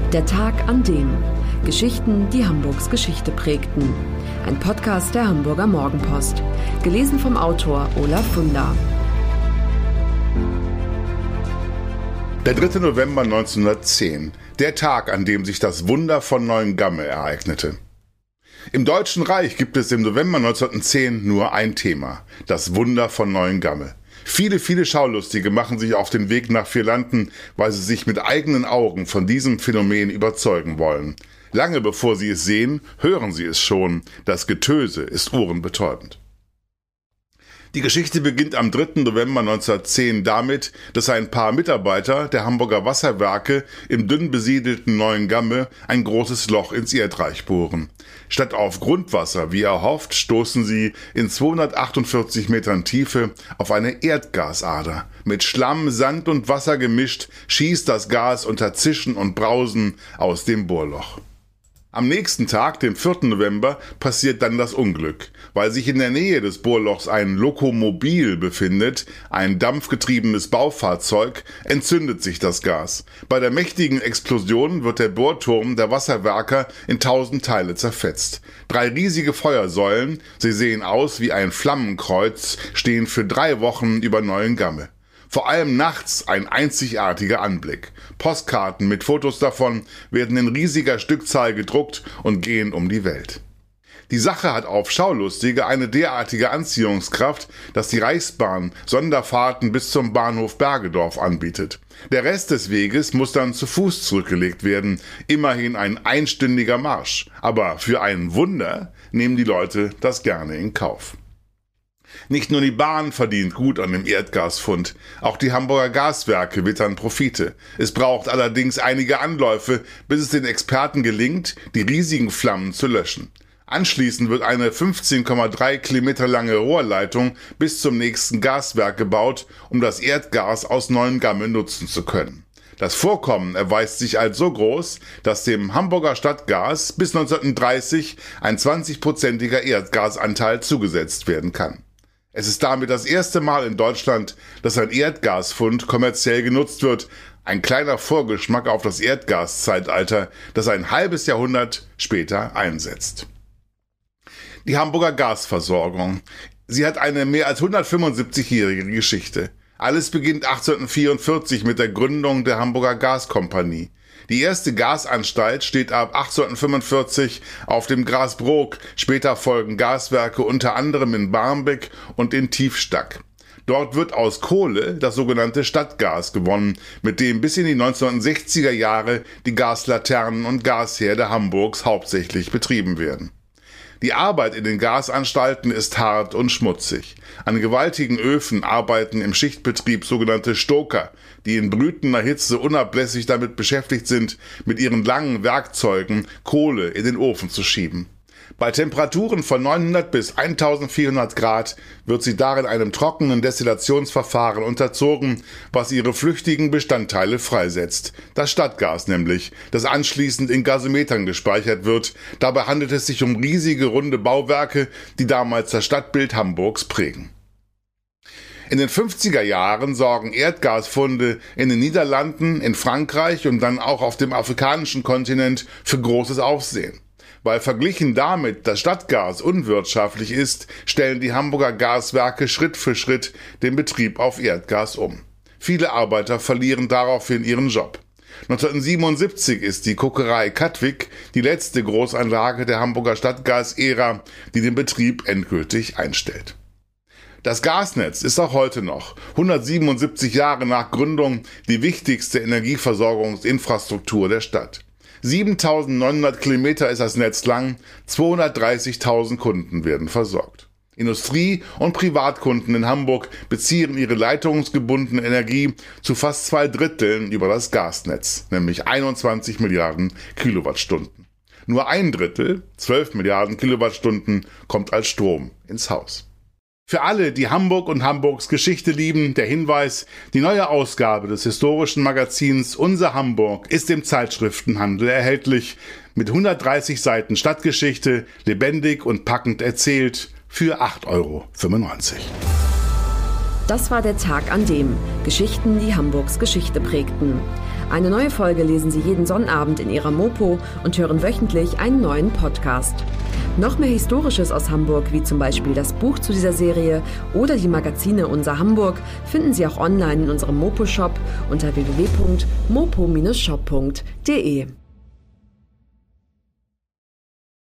Der Tag an dem. Geschichten, die Hamburgs Geschichte prägten. Ein Podcast der Hamburger Morgenpost. Gelesen vom Autor Olaf Funder. Der 3. November 1910. Der Tag, an dem sich das Wunder von Neuengamme ereignete. Im Deutschen Reich gibt es im November 1910 nur ein Thema: das Wunder von Neuengamme. Viele Schaulustige machen sich auf den Weg nach Vierlanden, weil sie sich mit eigenen Augen von diesem Phänomen überzeugen wollen. Lange bevor sie es sehen, hören sie es schon. Das Getöse ist ohrenbetäubend. Die Geschichte beginnt am 3. November 1910 damit, dass ein paar Mitarbeiter der Hamburger Wasserwerke im dünn besiedelten Neuengamme ein großes Loch ins Erdreich bohren. Statt auf Grundwasser, wie erhofft, stoßen sie in 248 Metern Tiefe auf eine Erdgasader. Mit Schlamm, Sand und Wasser gemischt schießt das Gas unter Zischen und Brausen aus dem Bohrloch. Am nächsten Tag, dem 4. November, passiert dann das Unglück. Weil sich in der Nähe des Bohrlochs ein Lokomobil befindet, ein dampfgetriebenes Baufahrzeug, entzündet sich das Gas. Bei der mächtigen Explosion wird der Bohrturm der Wasserwerker in 1000 Teile zerfetzt. 3 riesige Feuersäulen, sie sehen aus wie ein Flammenkreuz, stehen für 3 Wochen über Neuengamme. Vor allem nachts ein einzigartiger Anblick. Postkarten mit Fotos davon werden in riesiger Stückzahl gedruckt und gehen um die Welt. Die Sache hat auf Schaulustige eine derartige Anziehungskraft, dass die Reichsbahn Sonderfahrten bis zum Bahnhof Bergedorf anbietet. Der Rest des Weges muss dann zu Fuß zurückgelegt werden, immerhin ein einstündiger Marsch. Aber für ein Wunder nehmen die Leute das gerne in Kauf. Nicht nur die Bahn verdient gut an dem Erdgasfund, auch die Hamburger Gaswerke wittern Profite. Es braucht allerdings einige Anläufe, bis es den Experten gelingt, die riesigen Flammen zu löschen. Anschließend wird eine 15,3 Kilometer lange Rohrleitung bis zum nächsten Gaswerk gebaut, um das Erdgas aus Neuengamme nutzen zu können. Das Vorkommen erweist sich als so groß, dass dem Hamburger Stadtgas bis 1930 ein 20-prozentiger Erdgasanteil zugesetzt werden kann. Es ist damit das erste Mal in Deutschland, dass ein Erdgasfund kommerziell genutzt wird. Ein kleiner Vorgeschmack auf das Erdgaszeitalter, das ein halbes Jahrhundert später einsetzt. Die Hamburger Gasversorgung. Sie hat eine mehr als 175-jährige Geschichte. Alles beginnt 1844 mit der Gründung der Hamburger Gaskompanie. Die erste Gasanstalt steht ab 1845 auf dem Grasbrook, später folgen Gaswerke unter anderem in Barmbek und in Tiefstack. Dort wird aus Kohle das sogenannte Stadtgas gewonnen, mit dem bis in die 1960er Jahre die Gaslaternen und Gasherde Hamburgs hauptsächlich betrieben werden. Die Arbeit in den Gasanstalten ist hart und schmutzig. An gewaltigen Öfen arbeiten im Schichtbetrieb sogenannte Stoker, die in brütender Hitze unablässig damit beschäftigt sind, mit ihren langen Werkzeugen Kohle in den Ofen zu schieben. Bei Temperaturen von 900 bis 1400 Grad wird sie darin einem trockenen Destillationsverfahren unterzogen, was ihre flüchtigen Bestandteile freisetzt. Das Stadtgas nämlich, das anschließend in Gasometern gespeichert wird. Dabei handelt es sich um riesige runde Bauwerke, die damals das Stadtbild Hamburgs prägen. In den 50er Jahren sorgen Erdgasfunde in den Niederlanden, in Frankreich und dann auch auf dem afrikanischen Kontinent für großes Aufsehen. Weil verglichen damit das Stadtgas unwirtschaftlich ist, stellen die Hamburger Gaswerke Schritt für Schritt den Betrieb auf Erdgas um. Viele Arbeiter verlieren daraufhin ihren Job. 1977 ist die Kokerei Katwig die letzte Großanlage der Hamburger Stadtgas-Ära, die den Betrieb endgültig einstellt. Das Gasnetz ist auch heute noch, 177 Jahre nach Gründung, die wichtigste Energieversorgungsinfrastruktur der Stadt. 7.900 Kilometer ist das Netz lang, 230.000 Kunden werden versorgt. Industrie- und Privatkunden in Hamburg beziehen ihre leitungsgebundene Energie zu fast 2/3 über das Gasnetz, nämlich 21 Milliarden Kilowattstunden. Nur 1/3, 12 Milliarden Kilowattstunden, kommt als Strom ins Haus. Für alle, die Hamburg und Hamburgs Geschichte lieben, der Hinweis: Die neue Ausgabe des historischen Magazins Unser Hamburg ist im Zeitschriftenhandel erhältlich, mit 130 Seiten Stadtgeschichte, lebendig und packend erzählt, für 8,95 €. Das war der Tag an dem. Geschichten, die Hamburgs Geschichte prägten. Eine neue Folge lesen Sie jeden Sonnabend in Ihrer Mopo und hören wöchentlich einen neuen Podcast. Noch mehr Historisches aus Hamburg, wie zum Beispiel das Buch zu dieser Serie oder die Magazine Unser Hamburg, finden Sie auch online in unserem Mopo-Shop unter www.mopo-shop.de.